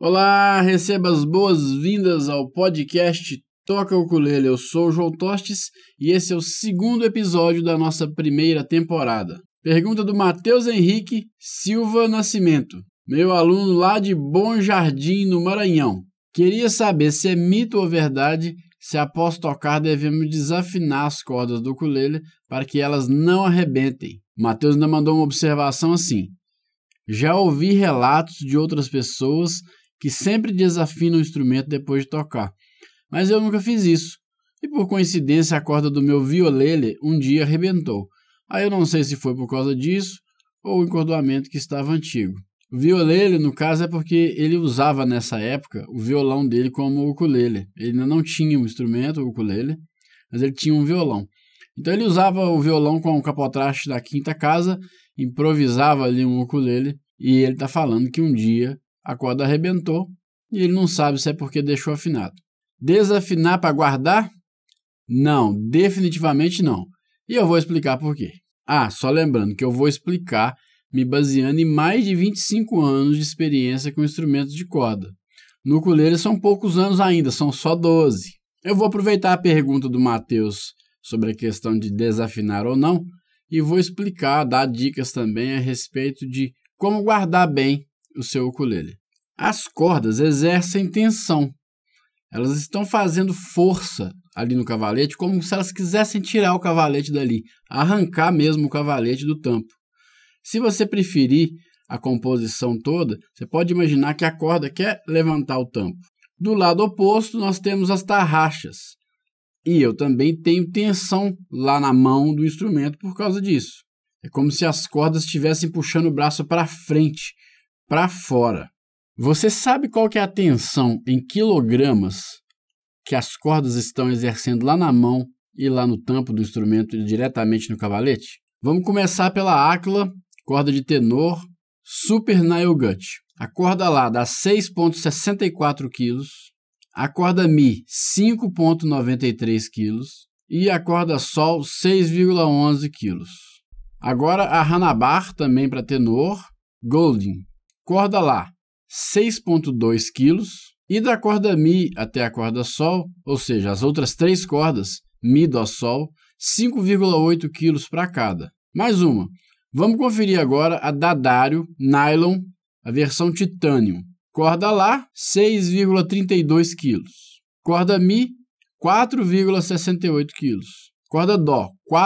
Olá, receba as boas-vindas ao podcast Toca o Ukulele. Eu sou o João Tostes e esse é o segundo episódio da nossa primeira temporada. Pergunta do Matheus Henrique Silva Nascimento, meu aluno lá de Bom Jardim, no Maranhão. Queria saber se é mito ou verdade se após tocar devemos desafinar as cordas do ukulele para que elas não arrebentem. O Matheus ainda mandou uma observação assim: já ouvi relatos de outras pessoas que sempre desafinam o instrumento depois de tocar, mas eu nunca fiz isso. E por coincidência a corda do meu violele um dia arrebentou. Aí eu não sei se foi por causa disso ou o encordoamento que estava antigo. O violele, no caso, é porque ele usava nessa época o violão dele como ukulele. Ele ainda não tinha um instrumento, o ukulele, mas ele tinha um violão. Então ele usava o violão com o capotraste da quinta casa, improvisava ali um ukulele, e ele está falando que um dia a corda arrebentou e ele não sabe se é porque deixou afinado. Desafinar para guardar? Não, definitivamente não. E eu vou explicar por quê. Só lembrando que eu vou explicar me baseando em mais de 25 anos de experiência com instrumentos de corda. No ukulele são poucos anos ainda, são só 12. Eu vou aproveitar a pergunta do Matheus sobre a questão de desafinar ou não e vou explicar, dar dicas também a respeito de como guardar bem o seu ukulele. As cordas exercem tensão. Elas estão fazendo força ali no cavalete, como se elas quisessem tirar o cavalete dali, arrancar mesmo o cavalete do tampo. Se você preferir a composição toda, você pode imaginar que a corda quer levantar o tampo. Do lado oposto, nós temos as tarraxas. E eu também tenho tensão lá na mão do instrumento por causa disso. É como se as cordas estivessem puxando o braço para frente, para fora. Você sabe qual que é a tensão em quilogramas que as cordas estão exercendo lá na mão e lá no tampo do instrumento e diretamente no cavalete? Vamos começar pela Aquila, corda de tenor, Super Nile Gut. A corda lá dá 6,64 kg, a corda Mi 5,93 kg e a corda Sol 6,11 kg. Agora a Hanabar, também para tenor, Golding. Corda lá 6,2 kg e da corda Mi até a corda Sol, ou seja, as outras três cordas, Mi, Dó, Sol, 5,8 kg para cada. Mais uma. Vamos conferir agora a D'Addario Nylon, a versão Titanium. Corda Lá, 6,32 kg. Corda Mi, 4,68 kg. Corda Dó,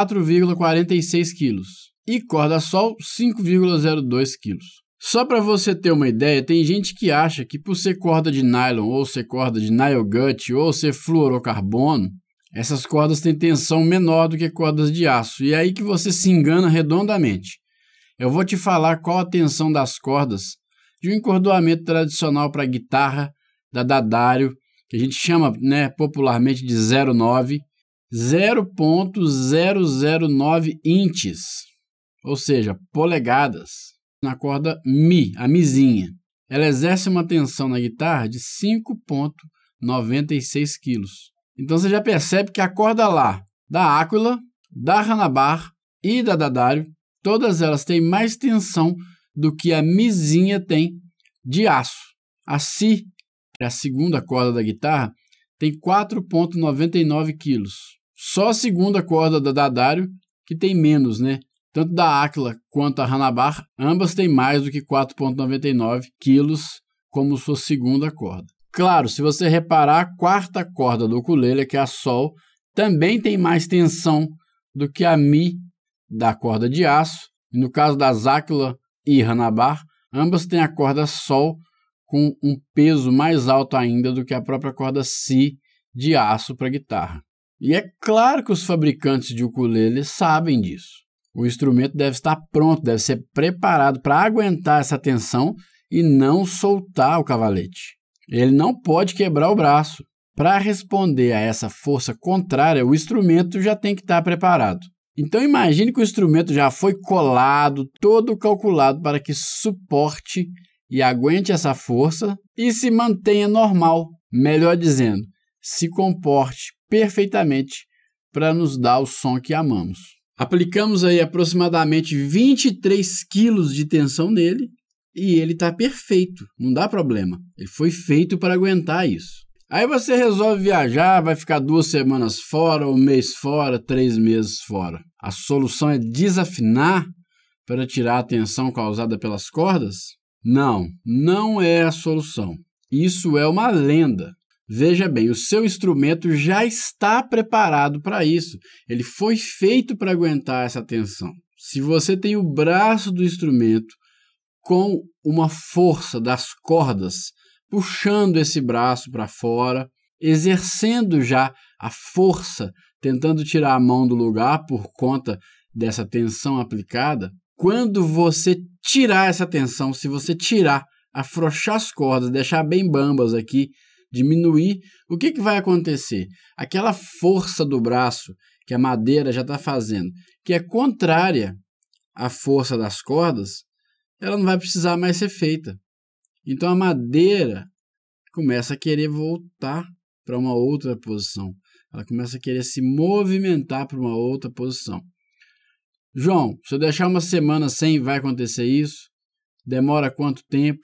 4,46 kg. E corda Sol, 5,02 kg. Só para você ter uma ideia, tem gente que acha que por ser corda de nylon, ou ser corda de nylon gut, ou ser fluorocarbono, essas cordas têm tensão menor do que cordas de aço, e é aí que você se engana redondamente. Eu vou te falar qual a tensão das cordas de um encordoamento tradicional para guitarra da D'Addario, que a gente chama popularmente de 0,9, 0,009 inches, ou seja, polegadas, na corda Mi, a Mizinha. Ela exerce uma tensão na guitarra de 5,96 kg. Então você já percebe que a corda Lá, da Aquila, da Hanabar e da D'Addario, todas elas têm mais tensão do que a Mizinha tem de aço. A Si, que é a segunda corda da guitarra, tem 4,99 kg. Só a segunda corda da D'Addario que tem menos, Tanto da Aquila quanto a Hanabar, ambas têm mais do que 4,99 kg como sua segunda corda. Claro, se você reparar, a quarta corda do ukulele, que é a Sol, também tem mais tensão do que a Mi da corda de aço. No caso das Aquila e Hanabar, ambas têm a corda Sol com um peso mais alto ainda do que a própria corda Si de aço para guitarra. E é claro que os fabricantes de ukulele sabem disso. O instrumento deve estar pronto, deve ser preparado para aguentar essa tensão e não soltar o cavalete. Ele não pode quebrar o braço. Para responder a essa força contrária, o instrumento já tem que estar preparado. Então imagine que o instrumento já foi colado, todo calculado para que suporte e aguente essa força e se mantenha normal, melhor dizendo, se comporte perfeitamente para nos dar o som que amamos. Aplicamos aí aproximadamente 23 kg de tensão nele e ele está perfeito, não dá problema. Ele foi feito para aguentar isso. Aí você resolve viajar, vai ficar 2 semanas fora, 1 mês fora, 3 meses fora. A solução é desafinar para tirar a tensão causada pelas cordas? Não, não é a solução. Isso é uma lenda. Veja bem, o seu instrumento já está preparado para isso. Ele foi feito para aguentar essa tensão. Se você tem o braço do instrumento com uma força das cordas, puxando esse braço para fora, exercendo já a força, tentando tirar a mão do lugar por conta dessa tensão aplicada, quando você tirar essa tensão, se você tirar, afrouxar as cordas, deixar bem bambas aqui, diminuir, o que vai acontecer? Aquela força do braço que a madeira já está fazendo, que é contrária à força das cordas, ela não vai precisar mais ser feita. Então a madeira começa a querer voltar para uma outra posição. Ela começa a querer se movimentar para uma outra posição. João, se eu deixar 1 semana sem, vai acontecer isso? Demora quanto tempo?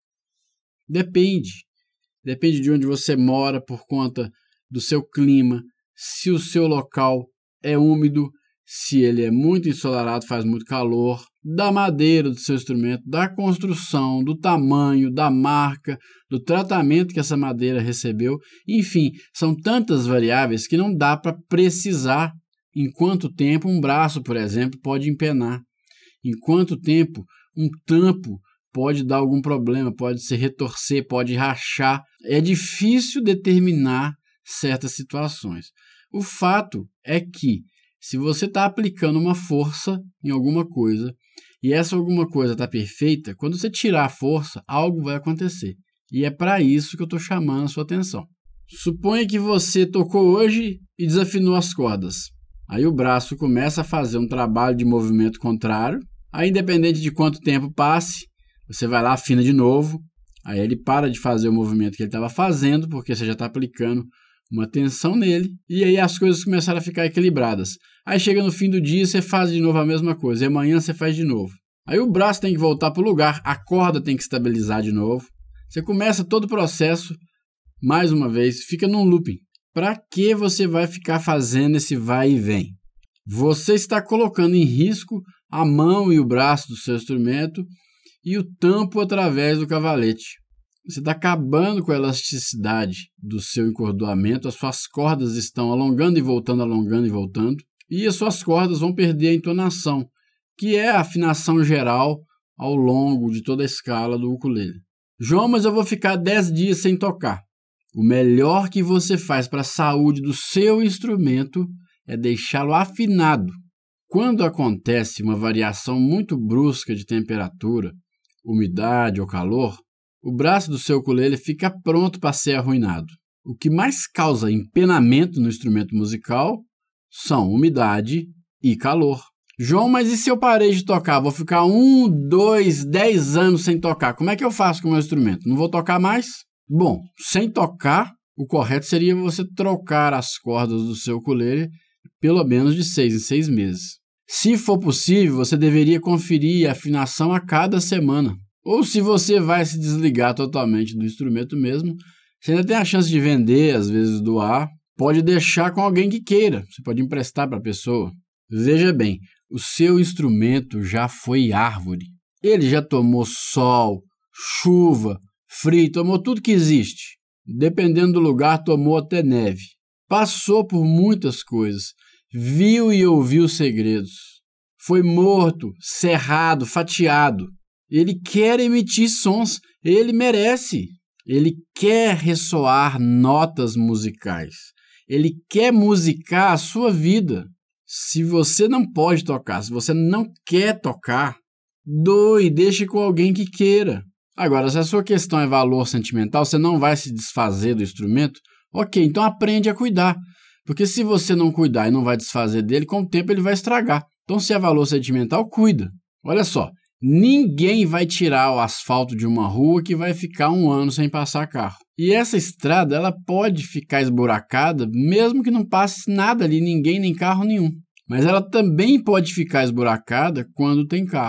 Depende. Depende de onde você mora por conta do seu clima, se o seu local é úmido, se ele é muito ensolarado, faz muito calor, da madeira do seu instrumento, da construção, do tamanho, da marca, do tratamento que essa madeira recebeu. Enfim, são tantas variáveis que não dá para precisar em quanto tempo um braço, por exemplo, pode empenar, em quanto tempo um tampo pode dar algum problema, pode se retorcer, pode rachar. É difícil determinar certas situações. O fato é que, se você está aplicando uma força em alguma coisa e essa alguma coisa está perfeita, quando você tirar a força, algo vai acontecer. E é para isso que eu estou chamando a sua atenção. Suponha que você tocou hoje e desafinou as cordas. Aí o braço começa a fazer um trabalho de movimento contrário. Aí, independente de quanto tempo passe, você vai lá, afina de novo. Aí ele para de fazer o movimento que ele estava fazendo, porque você já está aplicando uma tensão nele. E aí as coisas começaram a ficar equilibradas. Aí chega no fim do dia, você faz de novo a mesma coisa. E amanhã você faz de novo. Aí o braço tem que voltar para o lugar, a corda tem que estabilizar de novo. Você começa todo o processo, mais uma vez, fica num looping. Para que você vai ficar fazendo esse vai e vem? Você está colocando em risco a mão e o braço do seu instrumento e o tampo através do cavalete. Você está acabando com a elasticidade do seu encordoamento, as suas cordas estão alongando e voltando, e as suas cordas vão perder a entonação, que é a afinação geral ao longo de toda a escala do ukulele. João, mas eu vou ficar 10 dias sem tocar. O melhor que você faz para a saúde do seu instrumento é deixá-lo afinado. Quando acontece uma variação muito brusca de temperatura, umidade ou calor, o braço do seu ukulele fica pronto para ser arruinado. O que mais causa empenamento no instrumento musical são umidade e calor. João, mas e se eu parei de tocar? Vou ficar 1, 2, 10 anos sem tocar. Como é que eu faço com o meu instrumento? Não vou tocar mais? Bom, sem tocar, o correto seria você trocar as cordas do seu ukulele pelo menos de 6 em 6 meses. Se for possível, você deveria conferir a afinação a cada semana. Ou se você vai se desligar totalmente do instrumento mesmo, você ainda tem a chance de vender, às vezes doar, pode deixar com alguém que queira, você pode emprestar para a pessoa. Veja bem, o seu instrumento já foi árvore. Ele já tomou sol, chuva, frio, tomou tudo que existe. Dependendo do lugar, tomou até neve. Passou por muitas coisas, viu e ouviu segredos. Foi morto, serrado, fatiado. Ele quer emitir sons, ele merece. Ele quer ressoar notas musicais. Ele quer musicar a sua vida. Se você não pode tocar, se você não quer tocar, doe, deixe com alguém que queira. Agora, se a sua questão é valor sentimental, você não vai se desfazer do instrumento, ok, então aprende a cuidar. Porque se você não cuidar e não vai desfazer dele, com o tempo ele vai estragar. Então, se é valor sentimental, cuida. Olha só, ninguém vai tirar o asfalto de uma rua que vai ficar 1 ano sem passar carro. E essa estrada, ela pode ficar esburacada, mesmo que não passe nada ali, ninguém, nem carro nenhum. Mas ela também pode ficar esburacada quando tem carro.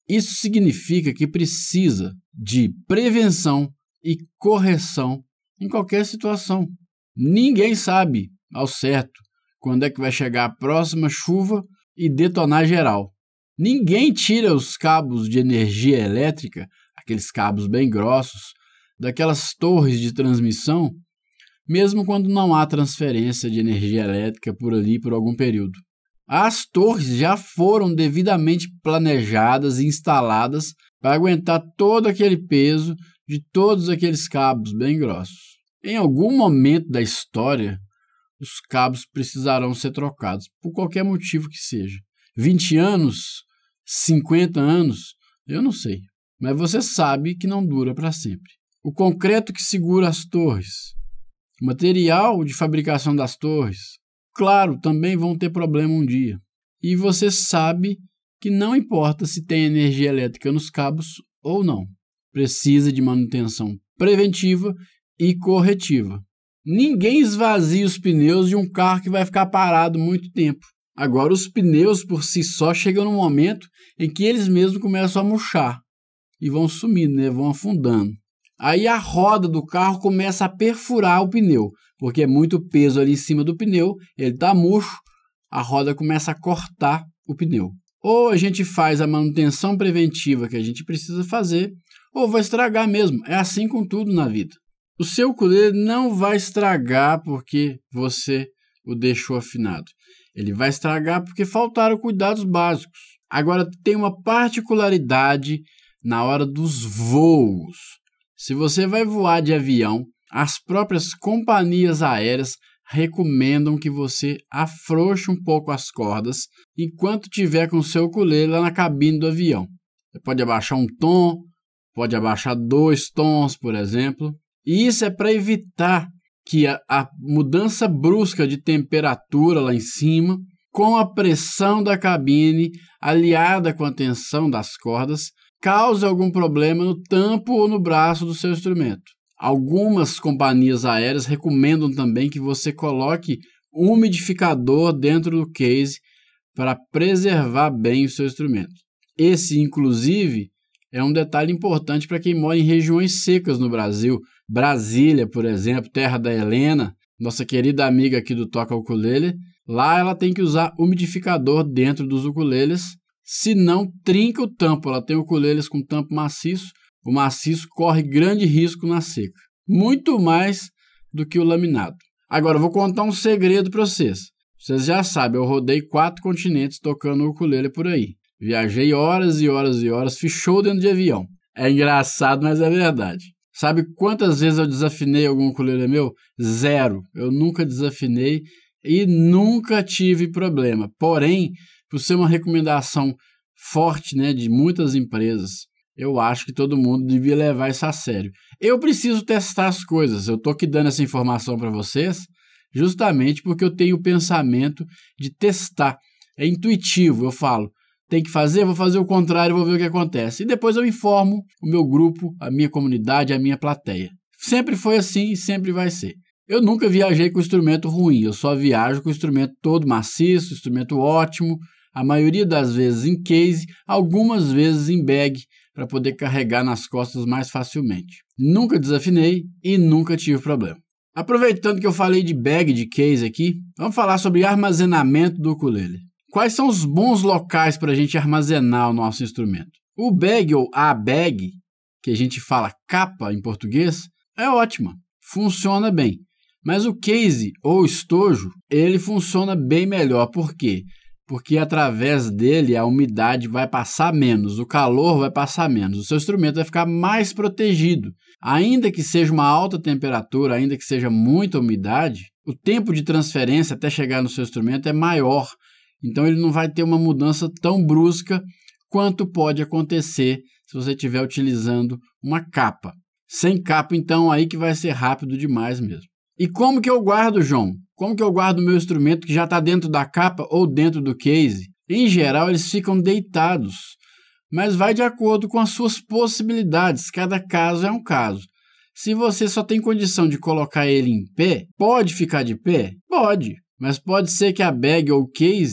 Isso significa que precisa de prevenção e correção em qualquer situação. Ninguém sabe ao certo quando é que vai chegar a próxima chuva e detonar geral. Ninguém tira os cabos de energia elétrica, aqueles cabos bem grossos, daquelas torres de transmissão, mesmo quando não há transferência de energia elétrica por ali por algum período. As torres já foram devidamente planejadas e instaladas para aguentar todo aquele peso de todos aqueles cabos bem grossos. Em algum momento da história, os cabos precisarão ser trocados, por qualquer motivo que seja. 20 anos, 50 anos, eu não sei. Mas você sabe que não dura para sempre. O concreto que segura as torres, o material de fabricação das torres, claro, também vão ter problema um dia. E você sabe que não importa se tem energia elétrica nos cabos ou não. Precisa de manutenção preventiva e corretiva. Ninguém esvazia os pneus de um carro que vai ficar parado muito tempo. Agora, os pneus por si só chegam num momento em que eles mesmos começam a murchar e vão sumindo, né? Vão afundando. Aí a roda do carro começa a perfurar o pneu, porque é muito peso ali em cima do pneu, ele está murcho, a roda começa a cortar o pneu. Ou a gente faz a manutenção preventiva que a gente precisa fazer, ou vai estragar mesmo. É assim com tudo na vida. O seu ukulele não vai estragar porque você o deixou afinado. Ele vai estragar porque faltaram cuidados básicos. Agora, tem uma particularidade na hora dos voos. Se você vai voar de avião, as próprias companhias aéreas recomendam que você afrouxe um pouco as cordas enquanto tiver com o seu ukulele lá na cabine do avião. Você pode abaixar um tom, pode abaixar 2 tons, por exemplo. E isso é para evitar que a mudança brusca de temperatura lá em cima, com a pressão da cabine, aliada com a tensão das cordas, cause algum problema no tampo ou no braço do seu instrumento. Algumas companhias aéreas recomendam também que você coloque um umidificador dentro do case para preservar bem o seu instrumento. Esse, inclusive, é um detalhe importante para quem mora em regiões secas no Brasil. Brasília, por exemplo, terra da Helena, nossa querida amiga aqui do Toca Ukulele, lá ela tem que usar umidificador dentro dos ukuleles, senão trinca o tampo. Ela tem ukuleles com tampo maciço, o maciço corre grande risco na seca, muito mais do que o laminado. Agora, eu vou contar um segredo para vocês. Vocês já sabem, eu rodei 4 continentes tocando ukulele por aí. Viajei horas e horas e horas, fiz show dentro de avião. É engraçado, mas é verdade. Sabe quantas vezes eu desafinei algum ukulele meu? 0. Eu nunca desafinei e nunca tive problema. Porém, por ser uma recomendação forte, né, de muitas empresas, eu acho que todo mundo devia levar isso a sério. Eu preciso testar as coisas. Eu estou aqui dando essa informação para vocês justamente porque eu tenho o pensamento de testar. É intuitivo, eu falo. Tem que fazer, vou fazer o contrário, vou ver o que acontece. E depois eu informo o meu grupo, a minha comunidade, a minha plateia. Sempre foi assim e sempre vai ser. Eu nunca viajei com instrumento ruim, eu só viajo com instrumento todo maciço, instrumento ótimo, a maioria das vezes em case, algumas vezes em bag, para poder carregar nas costas mais facilmente. Nunca desafinei e nunca tive problema. Aproveitando que eu falei de bag, de case aqui, vamos falar sobre armazenamento do ukulele. Quais são os bons locais para a gente armazenar o nosso instrumento? O bag ou a bag, que a gente fala capa em português, é ótima, funciona bem. Mas o case ou estojo, ele funciona bem melhor. Por quê? Porque através dele a umidade vai passar menos, o calor vai passar menos, o seu instrumento vai ficar mais protegido. Ainda que seja uma alta temperatura, ainda que seja muita umidade, o tempo de transferência até chegar no seu instrumento é maior. Então ele não vai ter uma mudança tão brusca quanto pode acontecer se você estiver utilizando uma capa. Sem capa, então, aí que vai ser rápido demais mesmo. E como que eu guardo, João? Como que eu guardo o meu instrumento que já está dentro da capa ou dentro do case? Em geral, eles ficam deitados, mas vai de acordo com as suas possibilidades. Cada caso é um caso. Se você só tem condição de colocar ele em pé, pode ficar de pé? Pode. Mas pode ser que a bag ou o case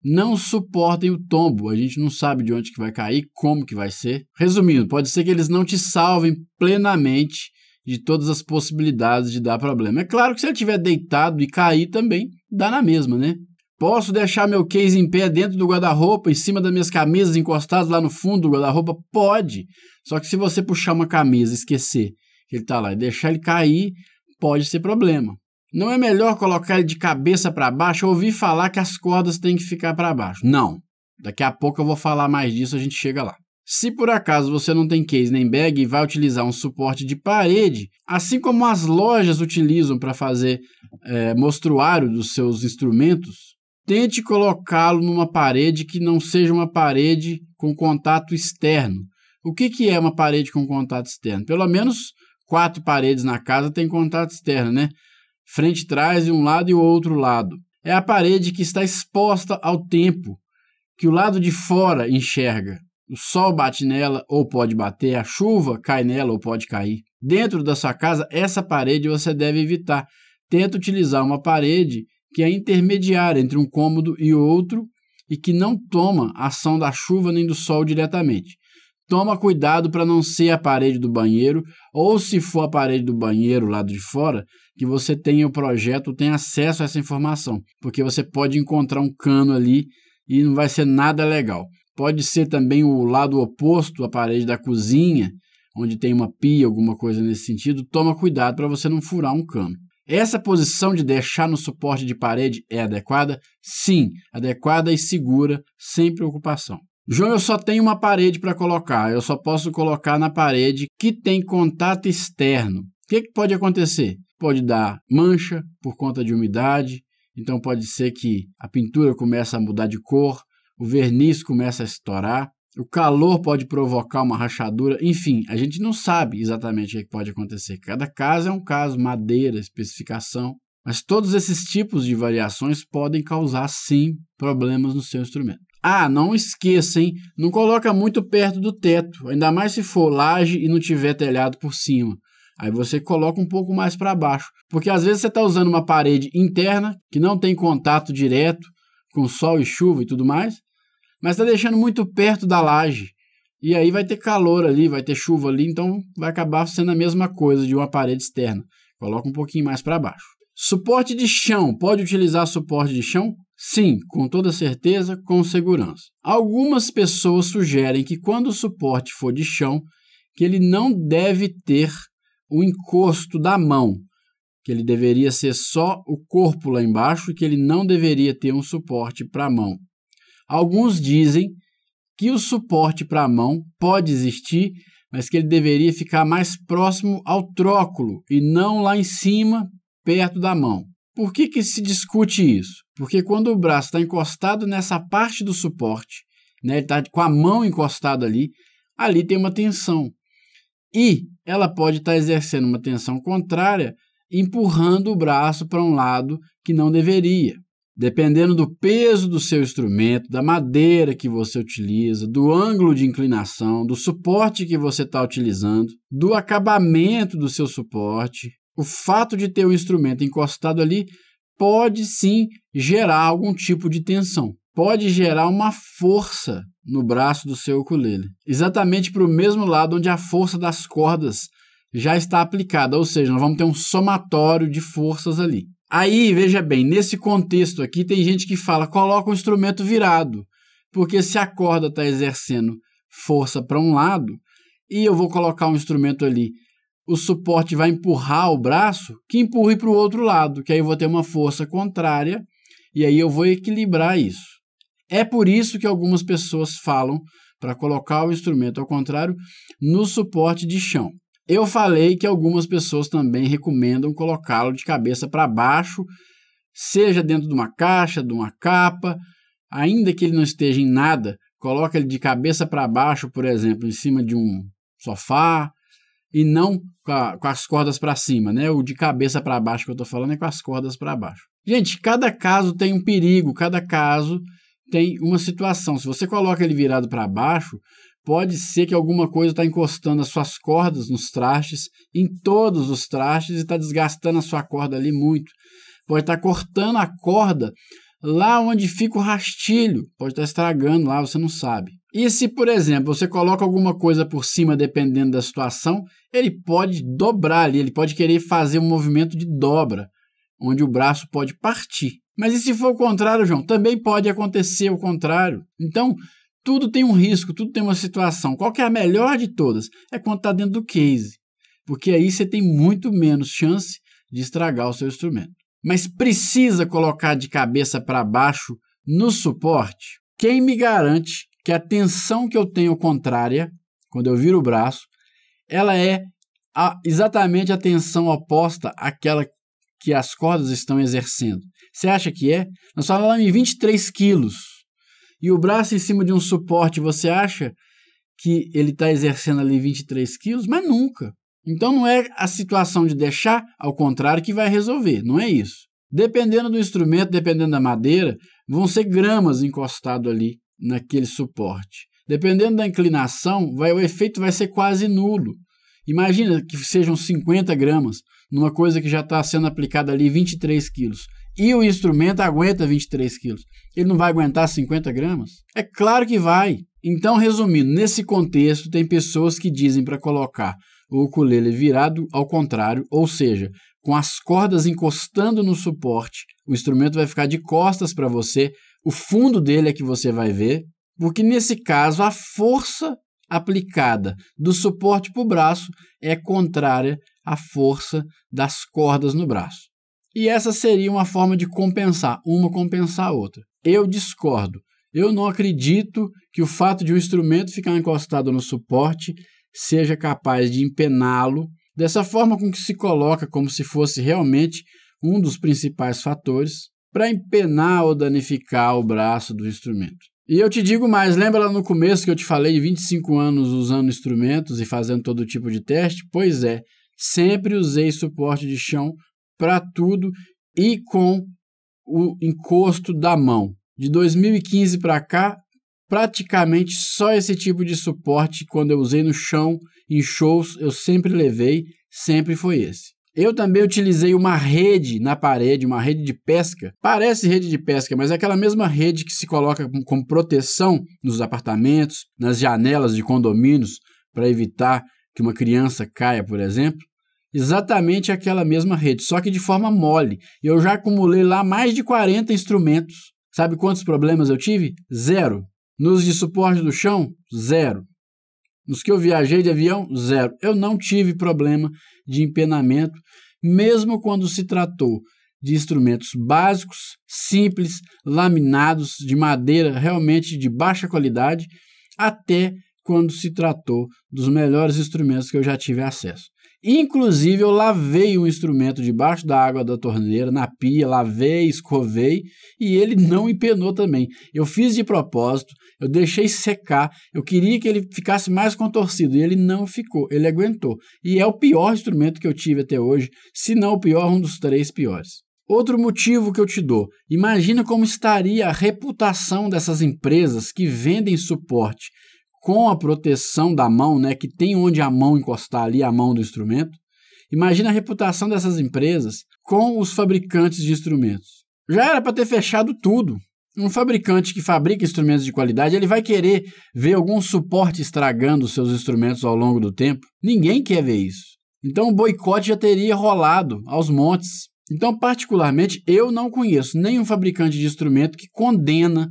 não suportem o tombo. A gente não sabe de onde que vai cair, como que vai ser. Resumindo, pode ser que eles não te salvem plenamente de todas as possibilidades de dar problema. É claro que se ele estiver deitado e cair também, dá na mesma, né? Posso deixar meu case em pé dentro do guarda-roupa, em cima das minhas camisas encostadas lá no fundo do guarda-roupa? Pode. Só que se você puxar uma camisa e esquecer que ele está lá e deixar ele cair, pode ser problema. Não é melhor colocar ele de cabeça para baixo? Eu ouvi falar que as cordas têm que ficar para baixo. Não. Daqui a pouco eu vou falar mais disso, a gente chega lá. Se por acaso você não tem case nem bag e vai utilizar um suporte de parede, assim como as lojas utilizam para fazer mostruário dos seus instrumentos, tente colocá-lo numa parede que não seja uma parede com contato externo. O que é uma parede com contato externo? Pelo menos 4 paredes na casa têm contato externo, né? Frente, trás, e um lado e o outro lado. É a parede que está exposta ao tempo, que o lado de fora enxerga. O sol bate nela ou pode bater, a chuva cai nela ou pode cair. Dentro da sua casa, essa parede você deve evitar. Tenta utilizar uma parede que é intermediária entre um cômodo e outro e que não toma ação da chuva nem do sol diretamente. Toma cuidado para não ser a parede do banheiro, ou se for a parede do banheiro, lado de fora, que você tenha o projeto, tenha acesso a essa informação, porque você pode encontrar um cano ali e não vai ser nada legal. Pode ser também o lado oposto, a parede da cozinha, onde tem uma pia, alguma coisa nesse sentido. Toma cuidado para você não furar um cano. Essa posição de deixar no suporte de parede é adequada? Sim, adequada e segura, sem preocupação. João, eu só tenho uma parede para colocar, eu só posso colocar na parede que tem contato externo. O que pode acontecer? Pode dar mancha por conta de umidade, então pode ser que a pintura comece a mudar de cor, o verniz começa a estourar, o calor pode provocar uma rachadura, enfim, a gente não sabe exatamente o que pode acontecer. Cada caso é um caso, madeira, especificação, mas todos esses tipos de variações podem causar, sim, problemas no seu instrumento. Ah, não esqueça, hein? Não coloca muito perto do teto, ainda mais se for laje e não tiver telhado por cima. Aí você coloca um pouco mais para baixo, porque às vezes você está usando uma parede interna que não tem contato direto com sol e chuva e tudo mais, mas está deixando muito perto da laje. E aí vai ter calor ali, vai ter chuva ali, então vai acabar sendo a mesma coisa de uma parede externa. Coloca um pouquinho mais para baixo. Suporte de chão. Pode utilizar suporte de chão? Sim, com toda certeza, com segurança. Algumas pessoas sugerem que quando o suporte for de chão, que ele não deve ter o encosto da mão, que ele deveria ser só o corpo lá embaixo e que ele não deveria ter um suporte para a mão. Alguns dizem que o suporte para a mão pode existir, mas que ele deveria ficar mais próximo ao tróculo e não lá em cima, perto da mão. Por que se discute isso? Porque quando o braço está encostado nessa parte do suporte, né, ele está com a mão encostada ali tem uma tensão. E ela pode estar exercendo uma tensão contrária, empurrando o braço para um lado que não deveria. Dependendo do peso do seu instrumento, da madeira que você utiliza, do ângulo de inclinação, do suporte que você está utilizando, do acabamento do seu suporte, o fato de ter o instrumento encostado ali pode sim gerar algum tipo de tensão. Pode gerar uma força no braço do seu ukulele, exatamente para o mesmo lado onde a força das cordas já está aplicada, ou seja, nós vamos ter um somatório de forças ali. Aí, veja bem, nesse contexto aqui tem gente que fala, coloca o instrumento virado, porque se a corda está exercendo força para um lado e eu vou colocar um instrumento ali, o suporte vai empurrar o braço, que empurre para o outro lado, que aí eu vou ter uma força contrária e aí eu vou equilibrar isso. É por isso que algumas pessoas falam para colocar o instrumento ao contrário no suporte de chão. Eu falei que algumas pessoas também recomendam colocá-lo de cabeça para baixo, seja dentro de uma caixa, de uma capa, ainda que ele não esteja em nada, coloca ele de cabeça para baixo, por exemplo, em cima de um sofá, e não com as cordas para cima, né? O de cabeça para baixo que eu estou falando é com as cordas para baixo. Gente, cada caso tem um perigo, cada caso tem uma situação. Se você coloca ele virado para baixo, pode ser que alguma coisa está encostando as suas cordas nos trastes, em todos os trastes, e está desgastando a sua corda ali muito. Pode estar cortando a corda lá onde fica o rastilho. Pode estar estragando lá, você não sabe. E se, por exemplo, você coloca alguma coisa por cima, dependendo da situação, ele pode dobrar ali, ele pode querer fazer um movimento de dobra, onde o braço pode partir. Mas e se for o contrário, João? Também pode acontecer o contrário. Então, tudo tem um risco, tudo tem uma situação. Qual que é a melhor de todas? É quando está dentro do case, porque aí você tem muito menos chance de estragar o seu instrumento. Mas precisa colocar de cabeça para baixo no suporte? Quem me garante que a tensão que eu tenho contrária, quando eu viro o braço, ela é exatamente a tensão oposta àquela que as cordas estão exercendo? Você acha que é? Nós falamos em 23 quilos. E o braço em cima de um suporte, você acha que ele está exercendo ali 23 quilos? Mas nunca. Então não é a situação de deixar ao contrário que vai resolver, não é isso. Dependendo do instrumento, dependendo da madeira, vão ser gramas encostado ali naquele suporte. Dependendo da inclinação, o efeito vai ser quase nulo. Imagina que sejam 50 gramas numa coisa que já está sendo aplicada ali 23 quilos. E o instrumento aguenta 23 quilos. Ele não vai aguentar 50 gramas? É claro que vai. Então, resumindo, nesse contexto, tem pessoas que dizem para colocar o ukulele virado ao contrário, ou seja, com as cordas encostando no suporte, o instrumento vai ficar de costas para você, o fundo dele é que você vai ver, porque nesse caso a força aplicada do suporte para o braço é contrária à força das cordas no braço. E essa seria uma forma de compensar, uma compensar a outra. Eu discordo. Eu não acredito que o fato de um instrumento ficar encostado no suporte seja capaz de empená-lo dessa forma com que se coloca como se fosse realmente um dos principais fatores para empenar ou danificar o braço do instrumento. E eu te digo mais, lembra lá no começo que eu te falei de 25 anos usando instrumentos e fazendo todo tipo de teste? Pois é, sempre usei suporte de chão para tudo e com o encosto da mão. De 2015 para cá, praticamente só esse tipo de suporte, quando eu usei no chão, em shows, eu sempre levei, sempre foi esse. Eu também utilizei uma rede na parede, uma rede de pesca. Parece rede de pesca, mas é aquela mesma rede que se coloca como proteção nos apartamentos, nas janelas de condomínios, para evitar que uma criança caia, por exemplo. Exatamente aquela mesma rede, só que de forma mole. Eu já acumulei lá mais de 40 instrumentos. Sabe quantos problemas eu tive? 0. Nos de suporte do chão? 0. Nos que eu viajei de avião? 0. Eu não tive problema de empenamento, mesmo quando se tratou de instrumentos básicos, simples, laminados, de madeira realmente de baixa qualidade, até quando se tratou dos melhores instrumentos que eu já tive acesso. Inclusive, eu lavei um instrumento debaixo da água da torneira, na pia, lavei, escovei, e ele não empenou também. Eu fiz de propósito, eu deixei secar, eu queria que ele ficasse mais contorcido, e ele não ficou, ele aguentou. E é o pior instrumento que eu tive até hoje, se não o pior, um dos 3 piores. Outro motivo que eu te dou, imagina como estaria a reputação dessas empresas que vendem suporte com a proteção da mão, né, que tem onde a mão encostar ali, a mão do instrumento. Imagina a reputação dessas empresas com os fabricantes de instrumentos. Já era para ter fechado tudo. Um fabricante que fabrica instrumentos de qualidade, ele vai querer ver algum suporte estragando os seus instrumentos ao longo do tempo? Ninguém quer ver isso. Então o boicote já teria rolado aos montes. Então, particularmente, eu não conheço nenhum fabricante de instrumento que condena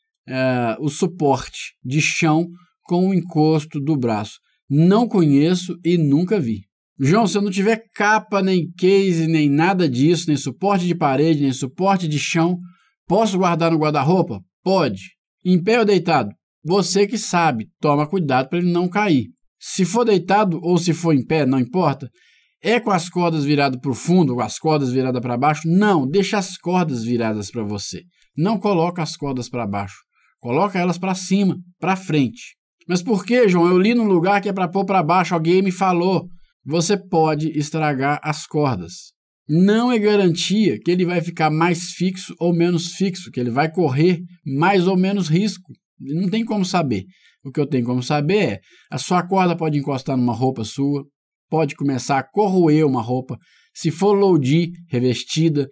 o suporte de chão com o encosto do braço. Não conheço e nunca vi. João, se eu não tiver capa, nem case, nem nada disso, nem suporte de parede, nem suporte de chão, posso guardar no guarda-roupa? Pode. Em pé ou deitado? Você que sabe. Toma cuidado para ele não cair. Se for deitado ou se for em pé, não importa. É com as cordas viradas para o fundo ou as cordas viradas para baixo? Não, deixa as cordas viradas para você. Não coloca as cordas para baixo. Coloca elas para cima, para frente. Mas por que, João? Eu li num lugar que é para pôr para baixo, alguém me falou. Você pode estragar as cordas. Não é garantia que ele vai ficar mais fixo ou menos fixo, que ele vai correr mais ou menos risco. Não tem como saber. O que eu tenho como saber é, a sua corda pode encostar numa roupa sua, pode começar a corroer uma roupa, se for low-D, revestida,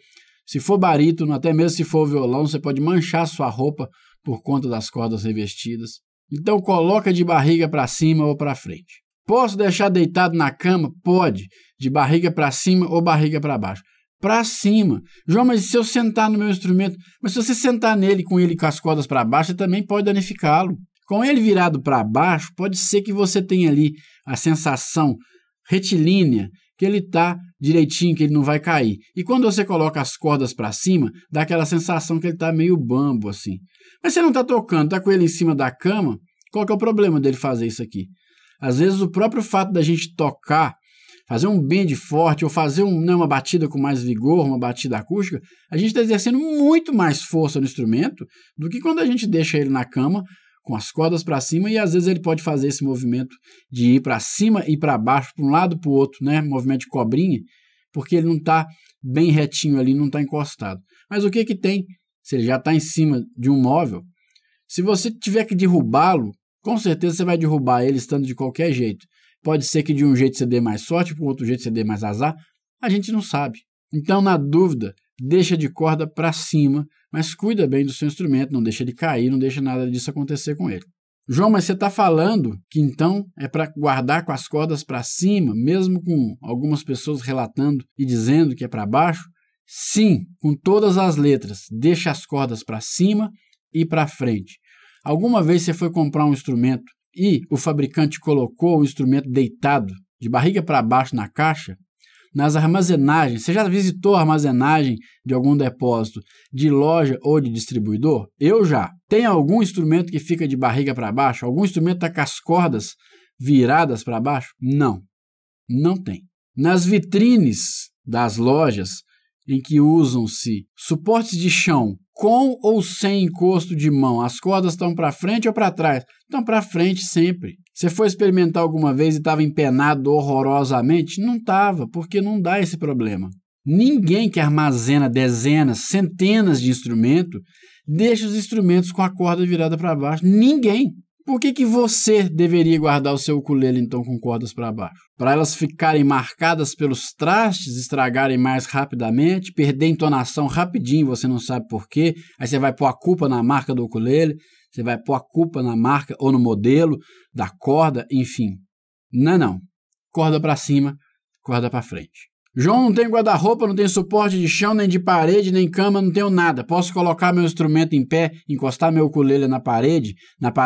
Se for barítono, até mesmo se for violão, você pode manchar sua roupa por conta das cordas revestidas. Então coloca de barriga para cima ou para frente. Posso deixar deitado na cama? Pode, de barriga para cima ou barriga para baixo. Para cima. João, mas se eu sentar no meu instrumento? Mas se você sentar nele com ele com as cordas para baixo, você também pode danificá-lo. Com ele virado para baixo, pode ser que você tenha ali a sensação retilínea que ele está direitinho, que ele não vai cair. E quando você coloca as cordas para cima, dá aquela sensação que ele está meio bambo assim. Mas você não está tocando, está com ele em cima da cama, qual que é o problema dele fazer isso aqui? Às vezes o próprio fato da gente tocar, fazer um bend forte ou fazer uma batida com mais vigor, uma batida acústica, a gente está exercendo muito mais força no instrumento do que quando a gente deixa ele na cama com as cordas para cima, e às vezes ele pode fazer esse movimento de ir para cima e para baixo, para um lado para o outro, né? Movimento de cobrinha, porque ele não está bem retinho ali, não está encostado. Mas o que tem? Se ele já está em cima de um móvel, se você tiver que derrubá-lo, com certeza você vai derrubar ele estando de qualquer jeito. Pode ser que de um jeito você dê mais sorte, para o outro jeito você dê mais azar, a gente não sabe. Então, na dúvida, deixa de corda para cima, mas cuida bem do seu instrumento, não deixa ele cair, não deixa nada disso acontecer com ele. João, mas você está falando que então é para guardar com as cordas para cima, mesmo com algumas pessoas relatando e dizendo que é para baixo? Sim, com todas as letras, deixa as cordas para cima e para frente. Alguma vez você foi comprar um instrumento e o fabricante colocou o instrumento deitado, de barriga para baixo na caixa? Nas armazenagens, você já visitou a armazenagem de algum depósito de loja ou de distribuidor? Eu já. Tem algum instrumento que fica de barriga para baixo? Algum instrumento está com as cordas viradas para baixo? Não, não tem. Nas vitrines das lojas em que usam-se suportes de chão com ou sem encosto de mão, as cordas estão para frente ou para trás? Estão para frente sempre. Você foi experimentar alguma vez e estava empenado horrorosamente? Não estava, porque não dá esse problema. Ninguém que armazena dezenas, centenas de instrumentos, deixa os instrumentos com a corda virada para baixo. Ninguém. Por que você deveria guardar o seu ukulele, então, com cordas para baixo? Para elas ficarem marcadas pelos trastes, estragarem mais rapidamente, perder entonação rapidinho, você não sabe por quê. Aí você vai pôr a culpa na marca do ukulele, você vai pôr a culpa na marca ou no modelo da corda, enfim. Não. Corda para cima, corda para frente. João, não tem guarda-roupa, não tem suporte de chão, nem de parede, nem cama, não tenho nada. Posso colocar meu instrumento em pé, encostar meu ukulele na parede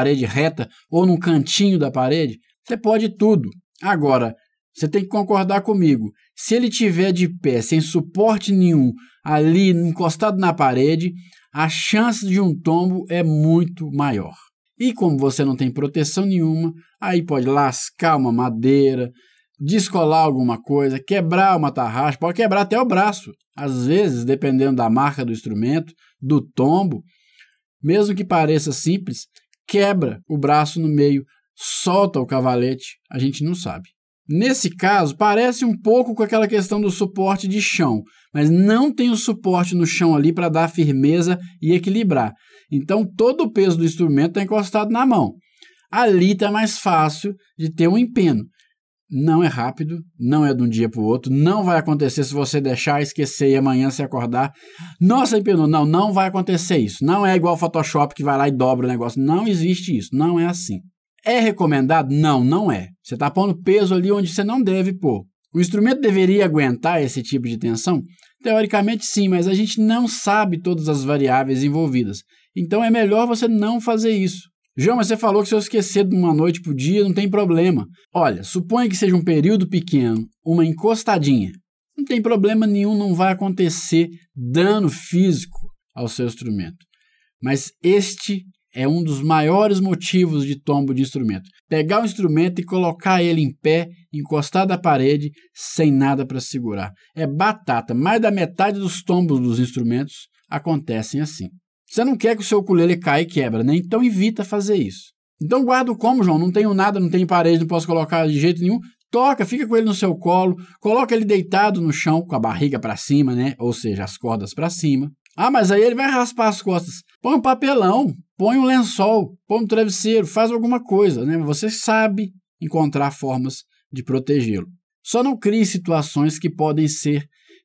reta ou num cantinho da parede? Você pode tudo. Agora, você tem que concordar comigo. Se ele estiver de pé, sem suporte nenhum, ali encostado na parede, a chance de um tombo é muito maior. E como você não tem proteção nenhuma, aí pode lascar uma madeira, descolar alguma coisa, quebrar uma tarraxa, pode quebrar até o braço. Às vezes, dependendo da marca do instrumento, do tombo, mesmo que pareça simples, quebra o braço no meio, solta o cavalete, a gente não sabe. Nesse caso, parece um pouco com aquela questão do suporte de chão, mas não tem o suporte no chão ali para dar firmeza e equilibrar. Então, todo o peso do instrumento está encostado na mão. Ali está mais fácil de ter um empeno. Não é rápido, não é de um dia para o outro, não vai acontecer se você deixar, esquecer e amanhã se acordar. Nossa, empenou. Não vai acontecer isso. Não é igual o Photoshop que vai lá e dobra o negócio. Não existe isso, não é assim. É recomendado? Não é. Você está pondo peso ali onde você não deve pôr. O instrumento deveria aguentar esse tipo de tensão? Teoricamente sim, mas a gente não sabe todas as variáveis envolvidas. Então é melhor você não fazer isso. João, mas você falou que se eu esquecer de uma noite por dia, não tem problema. Olha, suponha que seja um período pequeno, uma encostadinha. Não tem problema nenhum, não vai acontecer dano físico ao seu instrumento. Mas este é um dos maiores motivos de tombo de instrumento. Pegar o instrumento e colocar ele em pé, encostado à parede, sem nada para segurar. É batata. Mais da metade dos tombos dos instrumentos acontecem assim. Você não quer que o seu ukulele caia e quebra, né? Então evita fazer isso. Então guarda como, João? Não tenho nada, não tenho parede, não posso colocar de jeito nenhum. Toca, fica com ele no seu colo, coloca ele deitado no chão, com a barriga para cima, né? Ou seja, as cordas para cima. Ah, mas aí ele vai raspar as costas. Põe um papelão, põe um lençol, põe um travesseiro, faz alguma coisa, né? Você sabe encontrar formas de protegê-lo. Só não crie situações que podem ser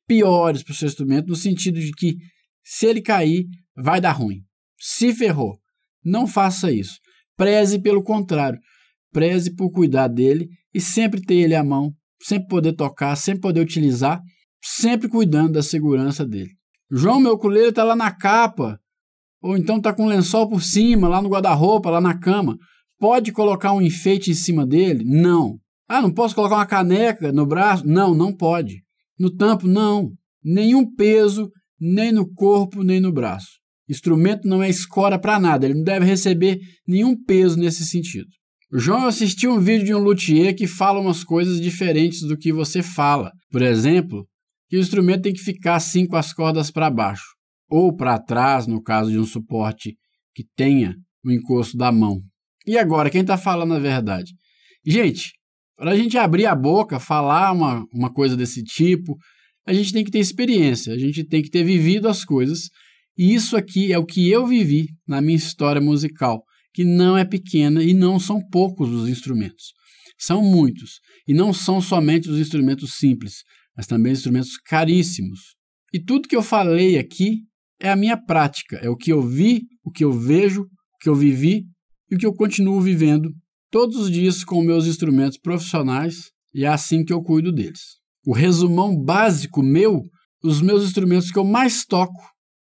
piores para o seu instrumento, no sentido de que se ele cair, vai dar ruim. Se ferrou. Não faça isso. Preze pelo contrário. Preze por cuidar dele e sempre ter ele à mão, sempre poder tocar, sempre poder utilizar, sempre cuidando da segurança dele. João, meu ukulele está lá na capa, ou então está com um lençol por cima, lá no guarda-roupa, lá na cama. Pode colocar um enfeite em cima dele? Não. Não posso colocar uma caneca no braço? Não, não pode. No tampo? Não. Nenhum peso, nem no corpo, nem no braço. Instrumento não é escora para nada, ele não deve receber nenhum peso nesse sentido. João, eu assisti um vídeo de um luthier que fala umas coisas diferentes do que você fala. Por exemplo, que o instrumento tem que ficar assim com as cordas para baixo, ou para trás, no caso de um suporte que tenha o encosto da mão. E agora, quem está falando a verdade? Gente, para a gente abrir a boca, falar uma coisa desse tipo, a gente tem que ter experiência, a gente tem que ter vivido as coisas. E isso aqui é o que eu vivi na minha história musical, que não é pequena e não são poucos os instrumentos. São muitos. E não são somente os instrumentos simples, mas também instrumentos caríssimos. E tudo que eu falei aqui é a minha prática, é o que eu vi, o que eu vejo, o que eu vivi e o que eu continuo vivendo todos os dias com meus instrumentos profissionais, e é assim que eu cuido deles. O resumão básico meu, os meus instrumentos que eu mais toco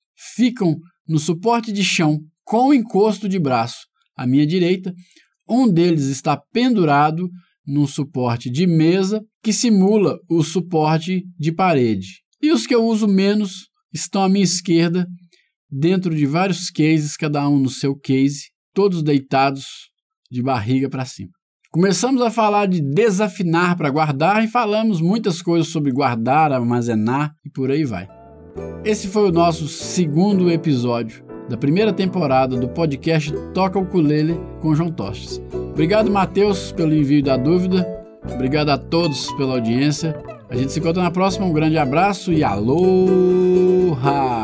ficam no suporte de chão com o encosto de braço à minha direita. Um deles está pendurado num suporte de mesa que simula o suporte de parede. E os que eu uso menos estão à minha esquerda, dentro de vários cases, cada um no seu case, todos deitados de barriga para cima. Começamos a falar de desafinar para guardar e falamos muitas coisas sobre guardar, armazenar e por aí vai. Esse foi o nosso segundo episódio da primeira temporada do podcast Toca Ukulele com João Tostes. Obrigado, Matheus, pelo envio da dúvida. Obrigado a todos pela audiência. A gente se encontra na próxima. Um grande abraço e aloha!